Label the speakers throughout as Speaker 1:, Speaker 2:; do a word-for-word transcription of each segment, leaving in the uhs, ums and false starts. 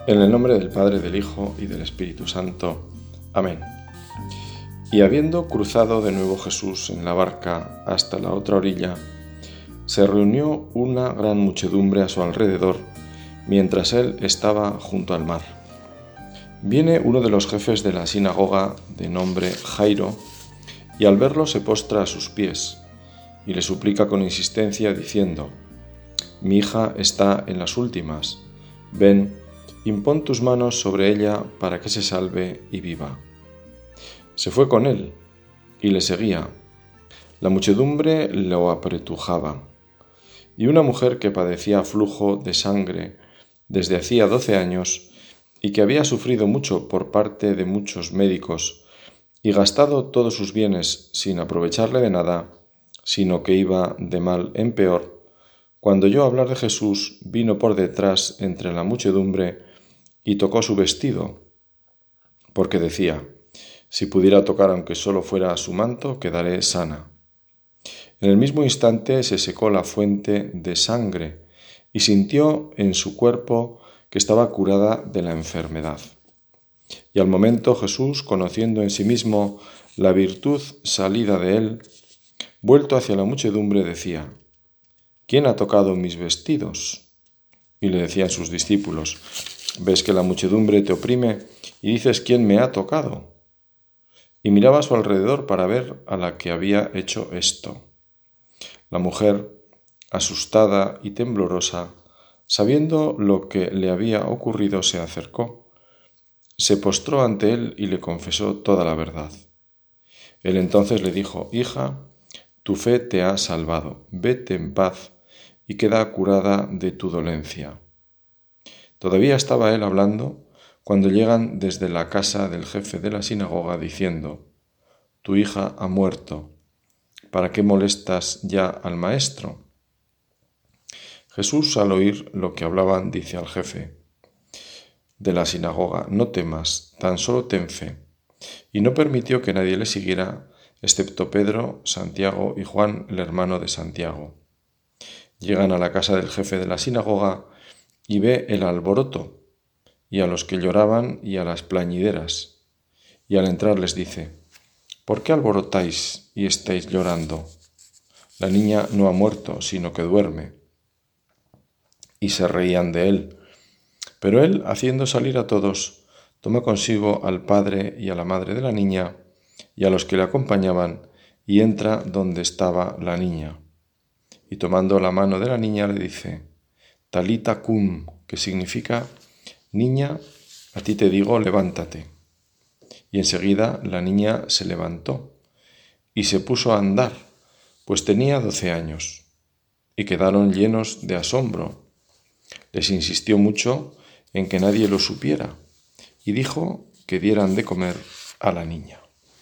Speaker 1: En el nombre del Padre, del Hijo y del Espíritu Santo. Amén. Y habiendo cruzado de nuevo Jesús en la barca hasta la otra orilla, se reunió una gran muchedumbre a su alrededor, mientras él estaba junto al mar. Viene uno de los jefes de la sinagoga, de nombre Jairo, y al verlo se postra a sus pies, y le suplica con insistencia, diciendo: «Mi hija está en las últimas. Ven, impón tus manos sobre ella para que se salve y viva». Se fue con él y le seguía. La muchedumbre lo apretujaba. Y una mujer que padecía flujo de sangre desde hacía doce años y que había sufrido mucho por parte de muchos médicos y gastado todos sus bienes sin aprovecharle de nada, sino que iba de mal en peor, cuando oyó hablar de Jesús, vino por detrás entre la muchedumbre y tocó su vestido, porque decía: «Si pudiera tocar aunque solo fuera su manto, quedaré sana». En el mismo instante se secó la fuente de sangre y sintió en su cuerpo que estaba curada de la enfermedad. Y al momento Jesús, conociendo en sí mismo la virtud salida de él, vuelto hacia la muchedumbre, decía: «¿Quién ha tocado mis vestidos?». Y le decían sus discípulos: «¿Ves que la muchedumbre te oprime y dices: ¿quién me ha tocado?». Y miraba a su alrededor para ver a la que había hecho esto. La mujer, asustada y temblorosa, sabiendo lo que le había ocurrido, se acercó, se postró ante él y le confesó toda la verdad. Él entonces le dijo: «Hija, tu fe te ha salvado, vete en paz y queda curada de tu dolencia». Todavía estaba él hablando cuando llegan desde la casa del jefe de la sinagoga diciendo: «Tu hija ha muerto. ¿Para qué molestas ya al maestro?». Jesús, al oír lo que hablaban, dice al jefe de la sinagoga: «No temas, tan solo ten fe». Y no permitió que nadie le siguiera, excepto Pedro, Santiago y Juan, el hermano de Santiago. Llegan a la casa del jefe de la sinagoga y ve el alboroto, y a los que lloraban y a las plañideras. Y al entrar les dice: «¿Por qué alborotáis y estáis llorando? La niña no ha muerto, sino que duerme». Y se reían de él. Pero él, haciendo salir a todos, toma consigo al padre y a la madre de la niña y a los que le acompañaban, y entra donde estaba la niña. Y tomando la mano de la niña le dice: «Talita cum», que significa: «Niña, a ti te digo, levántate». Y enseguida la niña se levantó y se puso a andar, pues tenía doce años. Y quedaron llenos de asombro. Les insistió mucho en que nadie lo supiera y dijo que dieran de comer a la niña.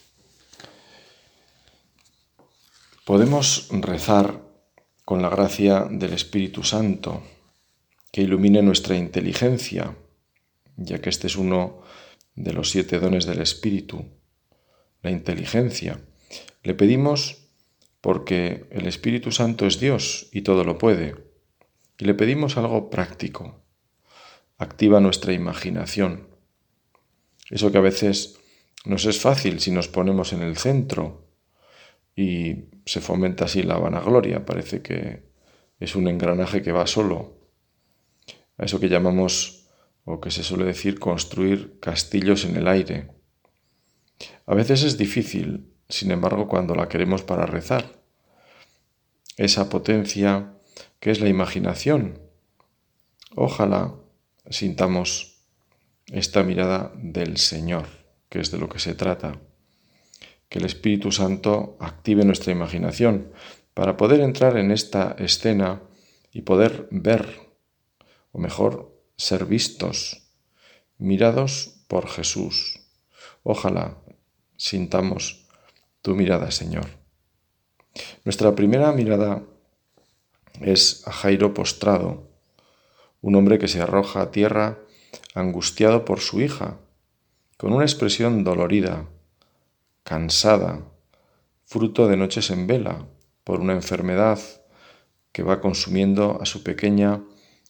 Speaker 1: Podemos rezar con la gracia del Espíritu Santo, que ilumine nuestra inteligencia, ya que este es uno de los siete dones del Espíritu, la inteligencia. Le pedimos porque el Espíritu Santo es Dios y todo lo puede. Y le pedimos algo práctico. Activa nuestra imaginación. Eso que a veces nos es fácil si nos ponemos en el centro y se fomenta así la vanagloria. Parece que es un engranaje que va solo. A eso que llamamos, o que se suele decir, construir castillos en el aire. A veces es difícil, sin embargo, cuando la queremos para rezar. Esa potencia que es la imaginación. Ojalá sintamos esta mirada del Señor, que es de lo que se trata. Que el Espíritu Santo active nuestra imaginación para poder entrar en esta escena y poder ver, o mejor, ser vistos, mirados por Jesús. Ojalá sintamos tu mirada, Señor. Nuestra primera mirada es a Jairo postrado, un hombre que se arroja a tierra angustiado por su hija, con una expresión dolorida, cansada, fruto de noches en vela, por una enfermedad que va consumiendo a su pequeña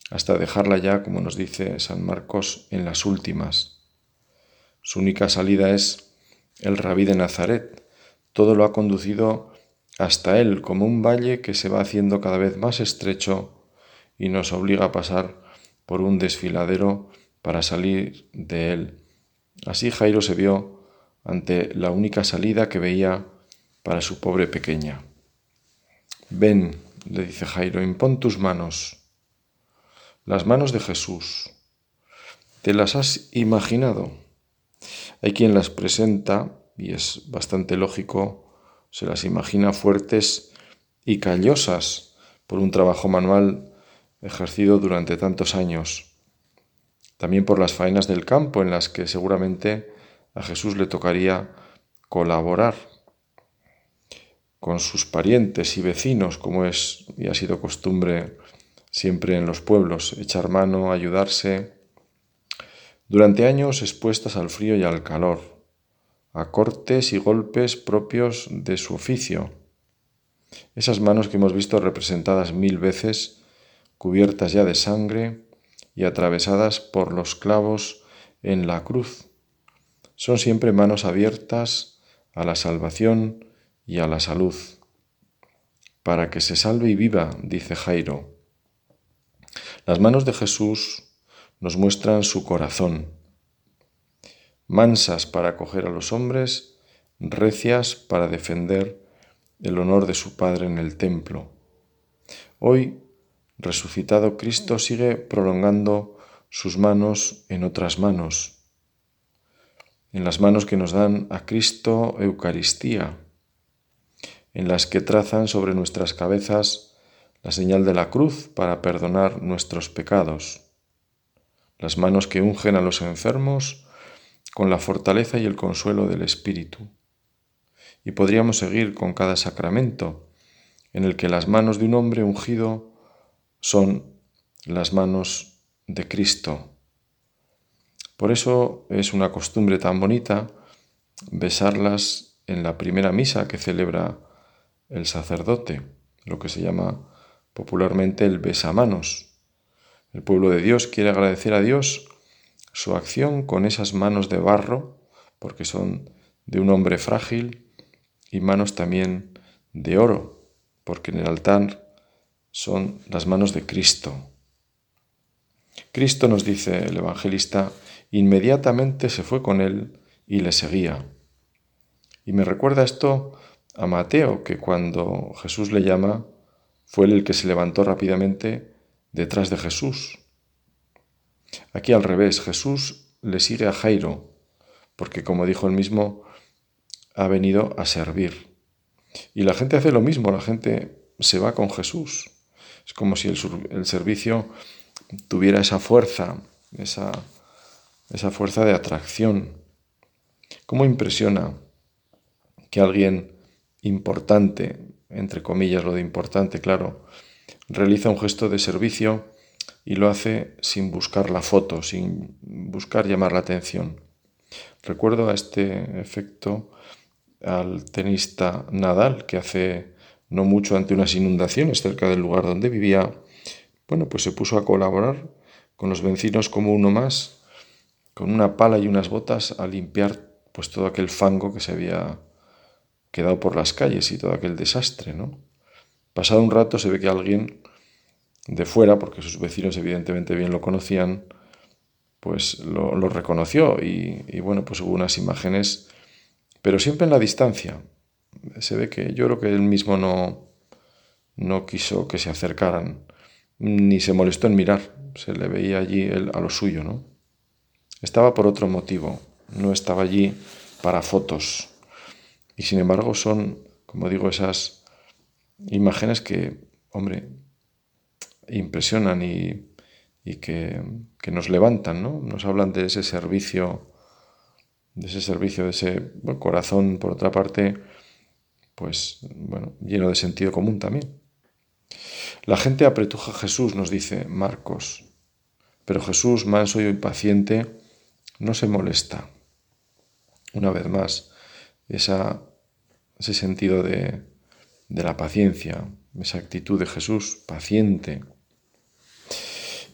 Speaker 1: hasta dejarla ya, como nos dice San Marcos, en las últimas. Su única salida es el Rabí de Nazaret. Todo lo ha conducido hasta él, como un valle que se va haciendo cada vez más estrecho y nos obliga a pasar por un desfiladero para salir de él. Así Jairo se vio ante la única salida que veía para su pobre pequeña. Ven, le dice Jairo, impón tus manos. Las manos de Jesús. ¿Te las has imaginado? Hay quien las presenta, y es bastante lógico, se las imagina fuertes y callosas por un trabajo manual ejercido durante tantos años. También por las faenas del campo en las que seguramente a Jesús le tocaría colaborar con sus parientes y vecinos, como es y ha sido costumbre siempre en los pueblos, echar mano, ayudarse. Durante años expuestas al frío y al calor, a cortes y golpes propios de su oficio. Esas manos que hemos visto representadas mil veces, cubiertas ya de sangre y atravesadas por los clavos en la cruz. Son siempre manos abiertas a la salvación y a la salud. Para que se salve y viva, dice Jairo. Las manos de Jesús nos muestran su corazón, mansas para acoger a los hombres, recias para defender el honor de su Padre en el templo. Hoy, resucitado, Cristo sigue prolongando sus manos en otras manos, en las manos que nos dan a Cristo Eucaristía, en las que trazan sobre nuestras cabezas la señal de la cruz para perdonar nuestros pecados, las manos que ungen a los enfermos con la fortaleza y el consuelo del Espíritu. Y podríamos seguir con cada sacramento, en el que las manos de un hombre ungido son las manos de Cristo. Por eso es una costumbre tan bonita besarlas en la primera misa que celebra el sacerdote, lo que se llama popularmente el besamanos. El pueblo de Dios quiere agradecer a Dios su acción con esas manos de barro, porque son de un hombre frágil, y manos también de oro, porque en el altar son las manos de Cristo. Cristo, nos dice el evangelista, inmediatamente se fue con él y le seguía. Y me recuerda esto a Mateo, que cuando Jesús le llama, fue él el que se levantó rápidamente detrás de Jesús. Aquí al revés, Jesús le sigue a Jairo, porque como dijo él mismo, ha venido a servir. Y la gente hace lo mismo, la gente se va con Jesús. Es como si el, el servicio tuviera esa fuerza, esa, esa fuerza de atracción. ¿Cómo impresiona que alguien importante, entre comillas lo de importante, claro, realiza un gesto de servicio y lo hace sin buscar la foto, sin buscar llamar la atención? Recuerdo a este efecto al tenista Nadal, que hace no mucho, ante unas inundaciones cerca del lugar donde vivía, bueno, pues se puso a colaborar con los vecinos como uno más, con una pala y unas botas, a limpiar pues todo aquel fango que se había quedado por las calles y todo aquel desastre, ¿no? Pasado un rato se ve que alguien de fuera, porque sus vecinos evidentemente bien lo conocían, pues lo, lo reconoció y, y bueno, pues hubo unas imágenes, pero siempre en la distancia. Se ve que yo creo que él mismo no, no quiso que se acercaran, ni se molestó en mirar, se le veía allí él a lo suyo, ¿no? Estaba por otro motivo, no estaba allí para fotos. Y sin embargo son, como digo, esas imágenes que, hombre, impresionan y, y que, que nos levantan, ¿no? Nos hablan de ese servicio, de ese servicio, de ese bueno, corazón, por otra parte, pues, bueno, lleno de sentido común también. La gente apretuja a Jesús, nos dice Marcos, pero Jesús, manso y paciente, no se molesta. Una vez más, esa, ese sentido de, de la paciencia, esa actitud de Jesús paciente.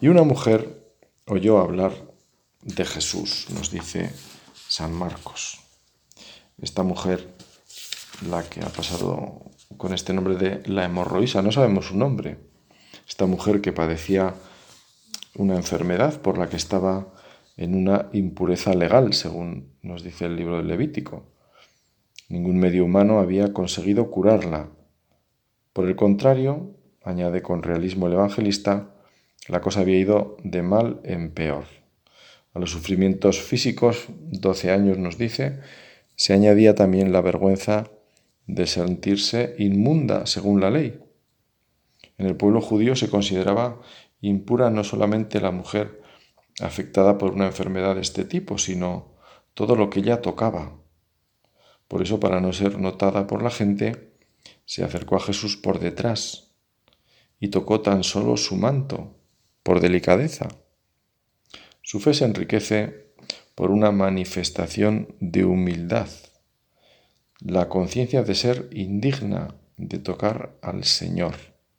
Speaker 1: Y una mujer oyó hablar de Jesús, nos dice San Marcos. Esta mujer, la que ha pasado con este nombre de la hemorroísa, no sabemos su nombre. Esta mujer que padecía una enfermedad por la que estaba en una impureza legal, según nos dice el libro del Levítico. Ningún medio humano había conseguido curarla. Por el contrario, añade con realismo el evangelista, la cosa había ido de mal en peor. A los sufrimientos físicos, doce años nos dice, se añadía también la vergüenza de sentirse inmunda según la ley. En el pueblo judío se consideraba impura no solamente la mujer afectada por una enfermedad de este tipo, sino todo lo que ella tocaba. Por eso, para no ser notada por la gente, se acercó a Jesús por detrás y tocó tan solo su manto, por delicadeza. Su fe se enriquece por una manifestación de humildad, la conciencia de ser indigna de tocar al Señor.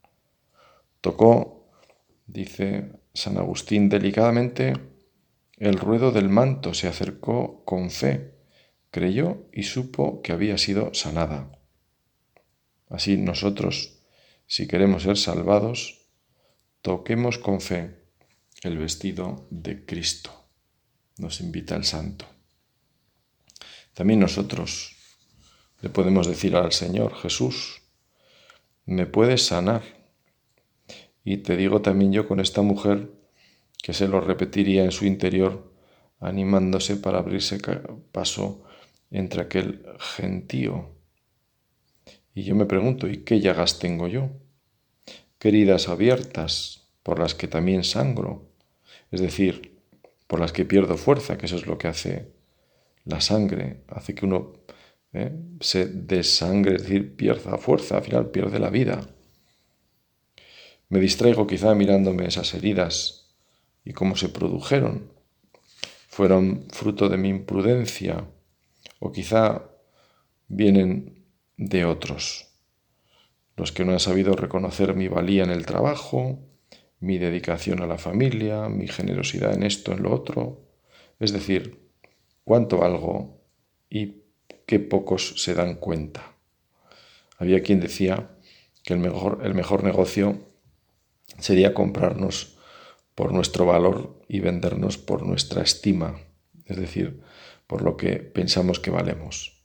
Speaker 1: Tocó, dice San Agustín, delicadamente el ruedo del manto, se acercó con fe, creyó y supo que había sido sanada. Así nosotros, si queremos ser salvados, toquemos con fe el vestido de Cristo. Nos invita el santo. También nosotros le podemos decir al Señor, Jesús, me puedes sanar. Y te digo también yo con esta mujer que se lo repetiría en su interior, animándose para abrirse paso entre aquel gentío. Y yo me pregunto, ¿y qué llagas tengo yo? ¿Qué heridas abiertas por las que también sangro? Es decir, por las que pierdo fuerza, que eso es lo que hace la sangre, hace que uno ¿eh? se desangre, es decir, pierda fuerza, al final pierde la vida. Me distraigo quizá mirándome esas heridas y cómo se produjeron. Fueron fruto de mi imprudencia o quizá vienen de otros, los que no han sabido reconocer mi valía en el trabajo, mi dedicación a la familia, mi generosidad en esto, en lo otro. Es decir, cuánto valgo y qué pocos se dan cuenta. Había quien decía que el mejor, el mejor negocio sería comprarnos por nuestro valor y vendernos por nuestra estima, es decir, por lo que pensamos que valemos.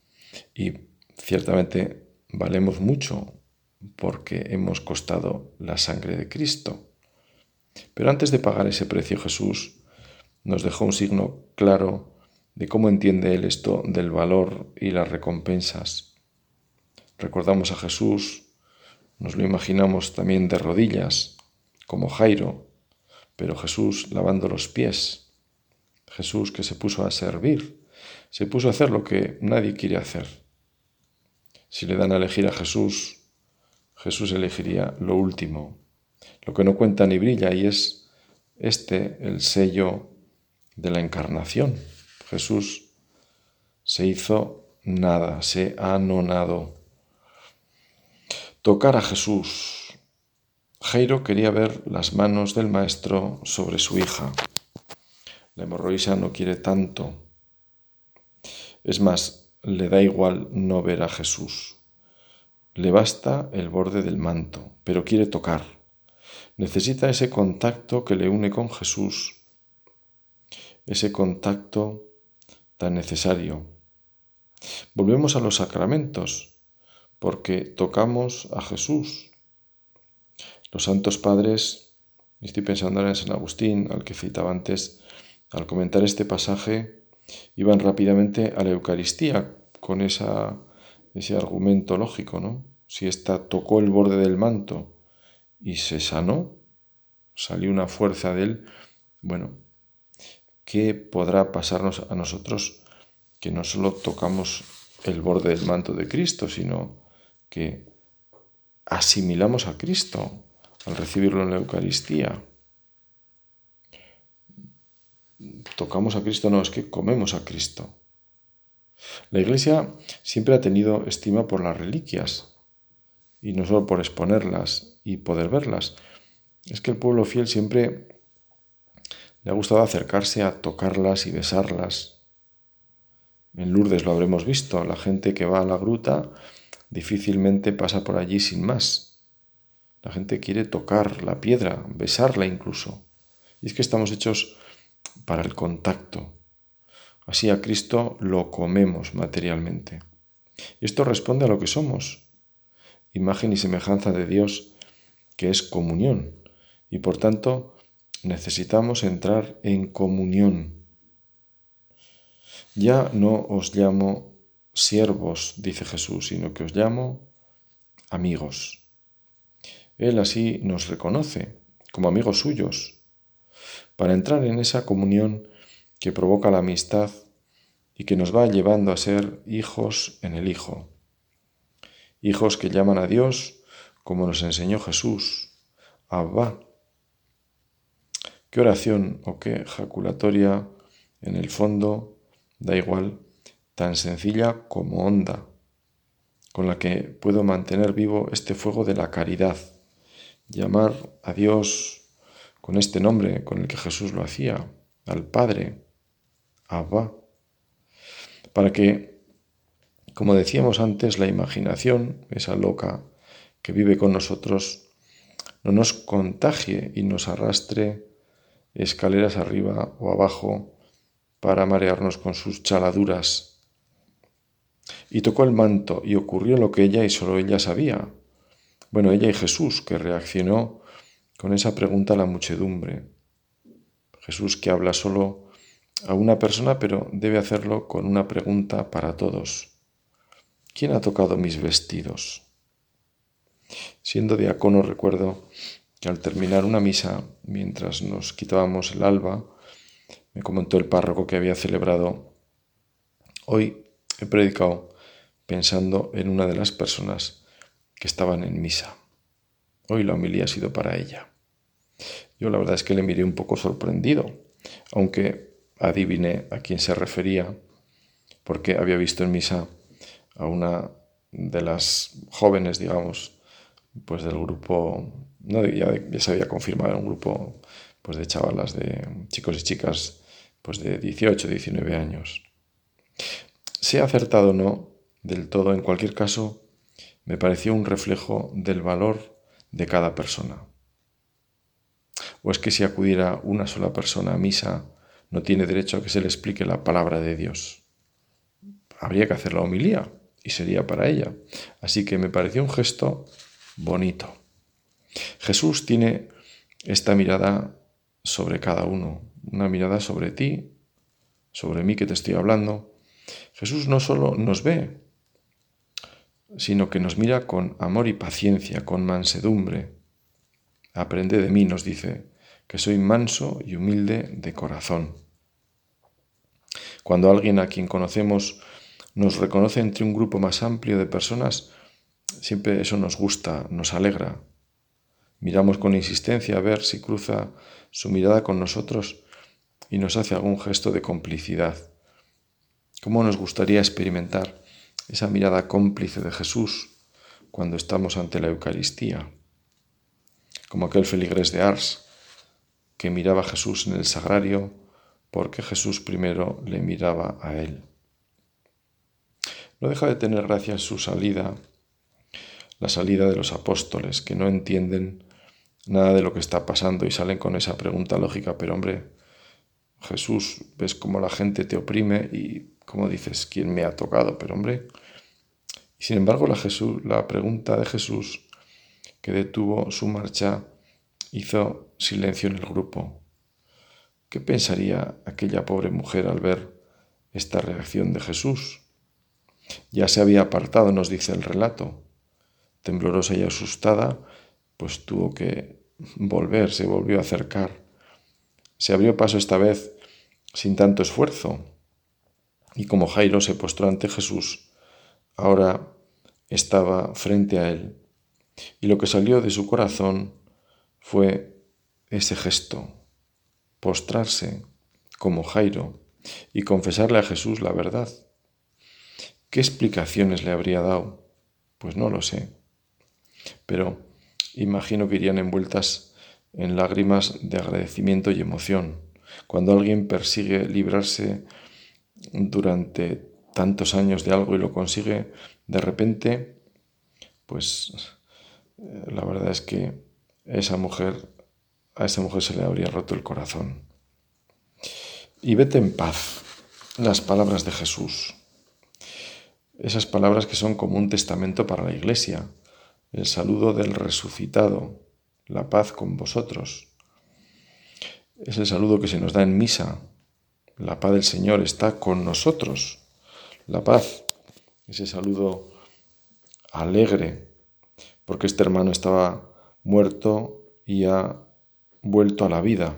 Speaker 1: Y ciertamente valemos mucho porque hemos costado la sangre de Cristo. Pero antes de pagar ese precio, Jesús nos dejó un signo claro de cómo entiende Él esto del valor y las recompensas. Recordamos a Jesús, nos lo imaginamos también de rodillas, como Jairo, pero Jesús lavando los pies. Jesús que se puso a servir, se puso a hacer lo que nadie quiere hacer. Si le dan a elegir a Jesús, Jesús elegiría lo último, lo que no cuenta ni brilla, y es este el sello de la encarnación. Jesús se hizo nada, se anonadó. Tocar a Jesús. Jairo quería ver las manos del Maestro sobre su hija. La hemorroísa no quiere tanto. Es más, le da igual no ver a Jesús. Le basta el borde del manto, pero quiere tocar. Necesita ese contacto que le une con Jesús, ese contacto tan necesario. Volvemos a los sacramentos, porque tocamos a Jesús. Los santos padres, estoy pensando ahora en San Agustín, al que citaba antes, al comentar este pasaje, iban rápidamente a la Eucaristía con esa, ese argumento lógico, ¿no? Si ésta tocó el borde del manto y se sanó, salió una fuerza de él, bueno, ¿qué podrá pasarnos a nosotros que no solo tocamos el borde del manto de Cristo, sino que asimilamos a Cristo al recibirlo en la Eucaristía? Tocamos a Cristo, no, es que comemos a Cristo. La Iglesia siempre ha tenido estima por las reliquias, y no solo por exponerlas y poder verlas. Es que el pueblo fiel siempre le ha gustado acercarse a tocarlas y besarlas. En Lourdes lo habremos visto, la gente que va a la gruta difícilmente pasa por allí sin más. La gente quiere tocar la piedra, besarla incluso. Y es que estamos hechos para el contacto. Así a Cristo lo comemos materialmente. Y esto responde a lo que somos, imagen y semejanza de Dios, que es comunión. Y por tanto necesitamos entrar en comunión. Ya no os llamo siervos, dice Jesús, sino que os llamo amigos. Él así nos reconoce como amigos suyos, para entrar en esa comunión que provoca la amistad y que nos va llevando a ser hijos en el Hijo. Hijos que llaman a Dios como nos enseñó Jesús, Abba. Qué oración o qué jaculatoria, en el fondo, da igual, tan sencilla como honda, con la que puedo mantener vivo este fuego de la caridad, llamar a Dios con este nombre con el que Jesús lo hacía, al Padre, Abba, para que, como decíamos antes, la imaginación, esa loca que vive con nosotros, no nos contagie y nos arrastre escaleras arriba o abajo para marearnos con sus chaladuras. Y tocó el manto y ocurrió lo que ella y solo ella sabía. Bueno, ella y Jesús, que reaccionó con esa pregunta a la muchedumbre. Jesús que habla solo a una persona, pero debe hacerlo con una pregunta para todos. ¿Quién ha tocado mis vestidos? Siendo diácono, recuerdo que al terminar una misa, mientras nos quitábamos el alba, me comentó el párroco que había celebrado: hoy he predicado pensando en una de las personas que estaban en misa. Hoy la homilía ha sido para ella. Yo la verdad es que le miré un poco sorprendido, aunque adiviné a quién se refería, porque había visto en misa a una de las jóvenes, digamos, pues del grupo, no, ya, ya se había confirmado, era un grupo pues de chavalas, de chicos y chicas pues de dieciocho, diecinueve años. Sea acertado o no del todo, en cualquier caso, me pareció un reflejo del valor de cada persona. ¿O es que si acudiera una sola persona a misa no tiene derecho a que se le explique la palabra de Dios? Habría que hacer la homilía y sería para ella. Así que me pareció un gesto bonito. Jesús tiene esta mirada sobre cada uno, una mirada sobre ti, sobre mí que te estoy hablando. Jesús no solo nos ve, sino que nos mira con amor y paciencia, con mansedumbre. Aprende de mí, nos dice, que soy manso y humilde de corazón. Cuando alguien a quien conocemos nos reconoce entre un grupo más amplio de personas, siempre eso nos gusta, nos alegra. Miramos con insistencia a ver si cruza su mirada con nosotros y nos hace algún gesto de complicidad. ¿Cómo nos gustaría experimentar esa mirada cómplice de Jesús cuando estamos ante la Eucaristía? Como aquel feligrés de Ars que miraba a Jesús en el sagrario porque Jesús primero le miraba a él. No deja de tener gracia su salida, la salida de los apóstoles, que no entienden nada de lo que está pasando y salen con esa pregunta lógica: pero hombre, Jesús, ves cómo la gente te oprime y cómo dices, ¿quién me ha tocado? Pero hombre, y sin embargo la, Jesús, la pregunta de Jesús, que detuvo su marcha, hizo silencio en el grupo. ¿Qué pensaría aquella pobre mujer al ver esta reacción de Jesús? Ya se había apartado, nos dice el relato. Temblorosa y asustada, pues tuvo que volver, se volvió a acercar. Se abrió paso esta vez sin tanto esfuerzo. Y como Jairo se postró ante Jesús, ahora estaba frente a él. Y lo que salió de su corazón fue ese gesto: postrarse como Jairo y confesarle a Jesús la verdad. ¿Qué explicaciones le habría dado? Pues no lo sé. Pero imagino que irían envueltas en lágrimas de agradecimiento y emoción. Cuando alguien persigue librarse durante tantos años de algo y lo consigue de repente, pues eh, la verdad es que esa mujer, a esa mujer se le habría roto el corazón. Y vete en paz, las palabras de Jesús. Esas palabras que son como un testamento para la Iglesia, el saludo del resucitado, la paz con vosotros. Es el saludo que se nos da en misa. La paz del Señor está con nosotros. La paz, ese saludo alegre, porque este hermano estaba muerto y ha vuelto a la vida.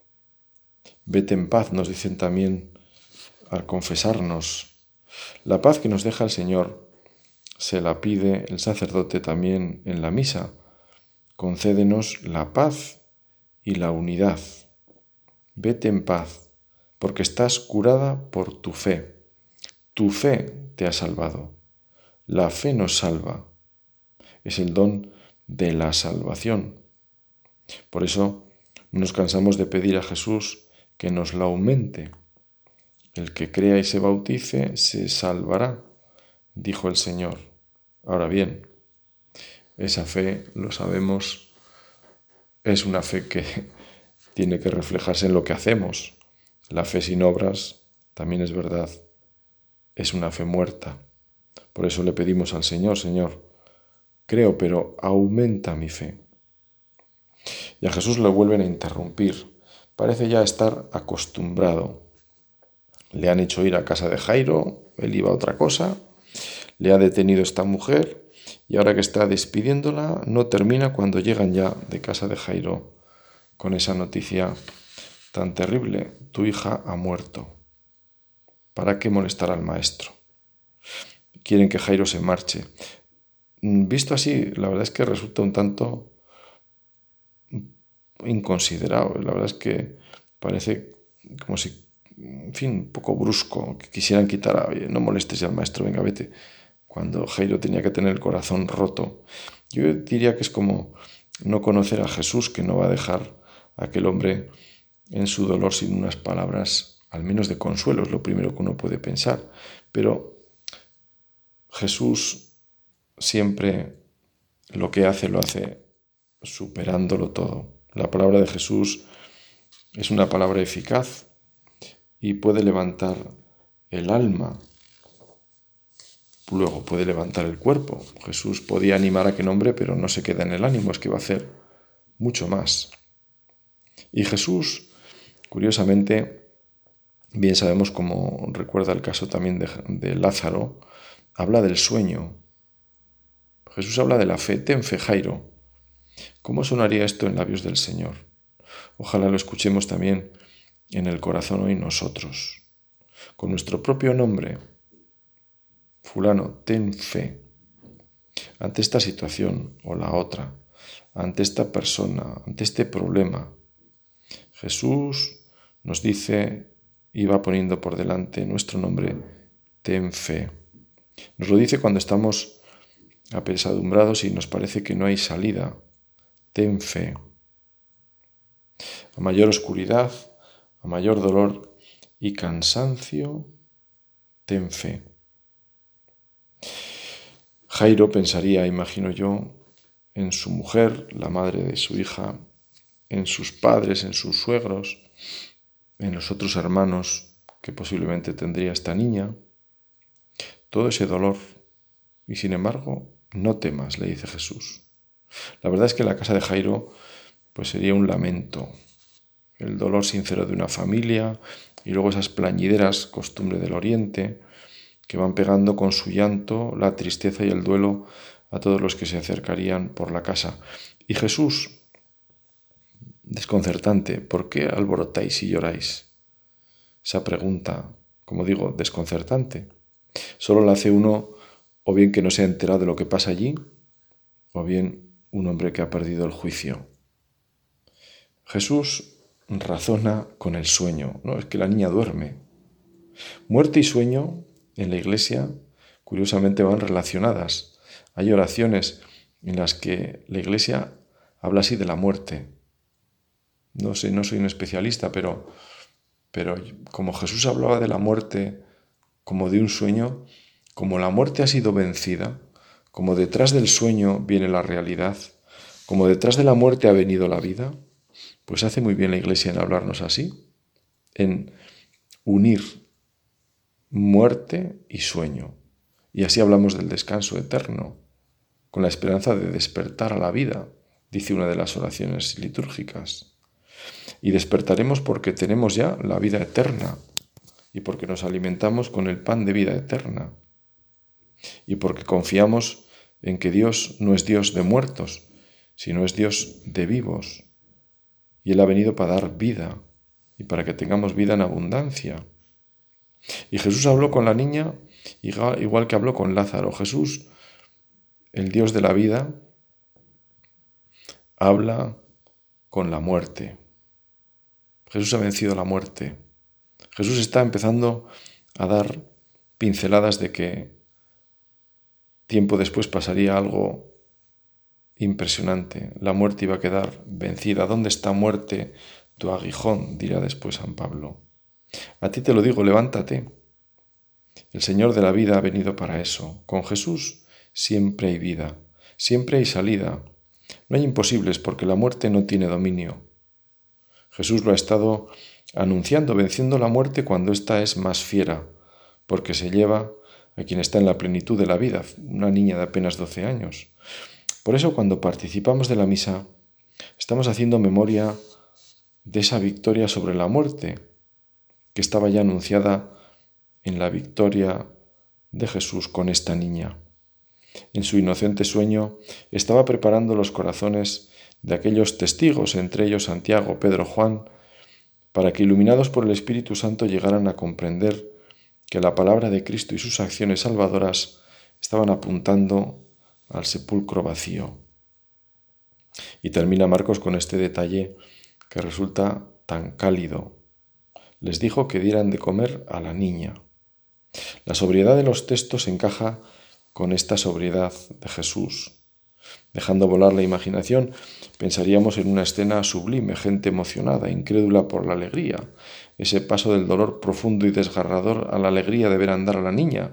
Speaker 1: Vete en paz, nos dicen también al confesarnos. La paz que nos deja el Señor se la pide el sacerdote también en la misa. Concédenos la paz y la unidad. Vete en paz, porque estás curada por tu fe. Tu fe te ha salvado. La fe nos salva. Es el don de la salvación. Por eso no nos cansamos de pedir a Jesús que nos la aumente. El que crea y se bautice se salvará, dijo el Señor. Ahora bien, esa fe, lo sabemos, es una fe que tiene que reflejarse en lo que hacemos. La fe sin obras, también es verdad, es una fe muerta. Por eso le pedimos al Señor, Señor, creo, pero aumenta mi fe. Y a Jesús le vuelven a interrumpir. Parece ya estar acostumbrado. Le han hecho ir a casa de Jairo, él iba a otra cosa, le ha detenido esta mujer y ahora que está despidiéndola no termina cuando llegan ya de casa de Jairo con esa noticia tan terrible: tu hija ha muerto. ¿Para qué molestar al maestro? Quieren que Jairo se marche. Visto así, la verdad es que resulta un tanto inconsiderado. La verdad es que parece como si, en fin, un poco brusco, que quisieran quitar a, oye, no molestes ya al maestro, venga, vete, cuando Jairo tenía que tener el corazón roto. Yo diría que es como no conocer a Jesús, que no va a dejar a aquel hombre en su dolor sin unas palabras, al menos de consuelo, es lo primero que uno puede pensar. Pero Jesús siempre lo que hace, lo hace superándolo todo. La palabra de Jesús es una palabra eficaz y puede levantar el alma, luego puede levantar el cuerpo. Jesús podía animar a aquel hombre, pero no se queda en el ánimo, es que va a hacer mucho más. Y Jesús, curiosamente, bien sabemos, como recuerda el caso también de, de Lázaro, habla del sueño. Jesús habla de la fe. Ten fe, Jairo. ¿Cómo sonaría esto en labios del Señor? Ojalá lo escuchemos también en el corazón hoy nosotros. Con nuestro propio nombre. Fulano, ten fe. Ante esta situación o la otra, ante esta persona, ante este problema, Jesús nos dice y va poniendo por delante nuestro nombre, ten fe. Nos lo dice cuando estamos apesadumbrados y nos parece que no hay salida. Ten fe. A mayor oscuridad, a mayor dolor y cansancio, ten fe. Jairo pensaría, imagino yo, en su mujer, la madre de su hija, en sus padres, en sus suegros, en los otros hermanos que posiblemente tendría esta niña. Todo ese dolor. Y sin embargo, no temas, le dice Jesús. La verdad es que la casa de Jairo pues sería un lamento. El dolor sincero de una familia y luego esas plañideras, costumbre del Oriente, que van pegando con su llanto la tristeza y el duelo a todos los que se acercarían por la casa. Y Jesús, desconcertante, ¿por qué alborotáis y lloráis? Esa pregunta, como digo, desconcertante. Solo la hace uno o bien que no se ha enterado de lo que pasa allí, o bien un hombre que ha perdido el juicio. Jesús razona con el sueño, no es que la niña duerme. Muerte y sueño en la Iglesia, curiosamente, van relacionadas. Hay oraciones en las que la Iglesia habla así de la muerte. no sé, no soy un especialista, pero, pero como Jesús hablaba de la muerte como de un sueño, como la muerte ha sido vencida, como detrás del sueño viene la realidad, como detrás de la muerte ha venido la vida, pues hace muy bien la Iglesia en hablarnos así, en unir muerte y sueño. Y así hablamos del descanso eterno, con la esperanza de despertar a la vida, dice una de las oraciones litúrgicas. Y despertaremos porque tenemos ya la vida eterna y porque nos alimentamos con el pan de vida eterna y porque confiamos en que Dios no es Dios de muertos, sino es Dios de vivos. Y Él ha venido para dar vida y para que tengamos vida en abundancia. Y Jesús habló con la niña igual que habló con Lázaro. Jesús, el Dios de la vida, habla con la muerte. Jesús ha vencido la muerte. Jesús está empezando a dar pinceladas de que tiempo después pasaría algo impresionante. La muerte iba a quedar vencida. ¿Dónde está, muerte, tu aguijón?, dirá después San Pablo. A ti te lo digo, levántate. El Señor de la vida ha venido para eso. Con Jesús siempre hay vida, siempre hay salida. No hay imposibles porque la muerte no tiene dominio. Jesús lo ha estado anunciando, venciendo la muerte cuando ésta es más fiera, porque se lleva a quien está en la plenitud de la vida, una niña de apenas doce años. Por eso cuando participamos de la misa, estamos haciendo memoria de esa victoria sobre la muerte, que estaba ya anunciada en la victoria de Jesús con esta niña. En su inocente sueño estaba preparando los corazones de aquellos testigos, entre ellos Santiago, Pedro, Juan, para que iluminados por el Espíritu Santo llegaran a comprender que la palabra de Cristo y sus acciones salvadoras estaban apuntando al sepulcro vacío. Y termina Marcos con este detalle que resulta tan cálido. Les dijo que dieran de comer a la niña. La sobriedad de los textos encaja con esta sobriedad de Jesús. Dejando volar la imaginación, pensaríamos en una escena sublime, gente emocionada, incrédula por la alegría, ese paso del dolor profundo y desgarrador a la alegría de ver andar a la niña.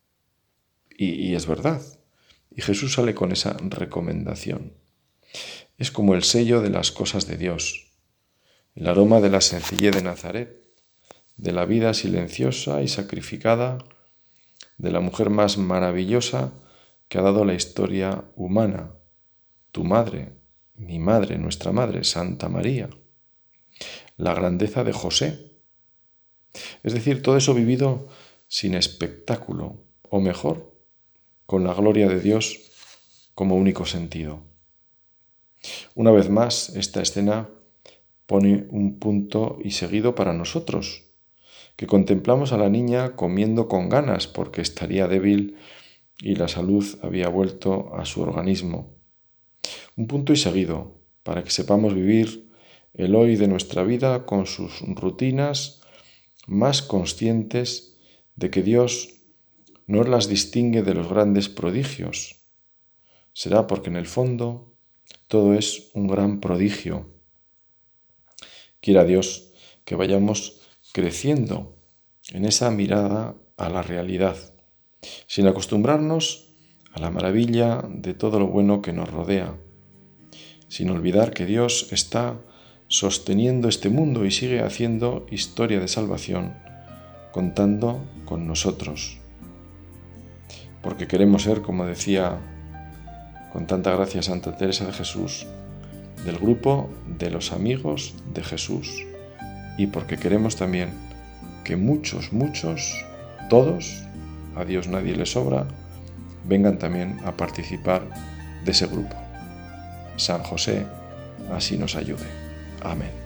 Speaker 1: Y, y es verdad. Y Jesús sale con esa recomendación. Es como el sello de las cosas de Dios, el aroma de la sencillez de Nazaret, de la vida silenciosa y sacrificada, de la mujer más maravillosa que ha dado la historia humana, tu madre, mi madre, nuestra madre, Santa María, la grandeza de José. Es decir, todo eso vivido sin espectáculo, o mejor, con la gloria de Dios como único sentido. Una vez más, esta escena pone un punto y seguido para nosotros, que contemplamos a la niña comiendo con ganas porque estaría débil y la salud había vuelto a su organismo. Un punto y seguido para que sepamos vivir el hoy de nuestra vida con sus rutinas, más conscientes de que Dios no las distingue de los grandes prodigios. Será porque en el fondo todo es un gran prodigio. Quiera Dios que vayamos creciendo en esa mirada a la realidad, sin acostumbrarnos a la maravilla de todo lo bueno que nos rodea, sin olvidar que Dios está sosteniendo este mundo y sigue haciendo historia de salvación, contando con nosotros. Porque queremos ser, como decía con tanta gracia Santa Teresa de Jesús, del grupo de los amigos de Jesús. Y porque queremos también que muchos, muchos, todos, a Dios nadie le sobra, vengan también a participar de ese grupo. San José así nos ayude. Amén.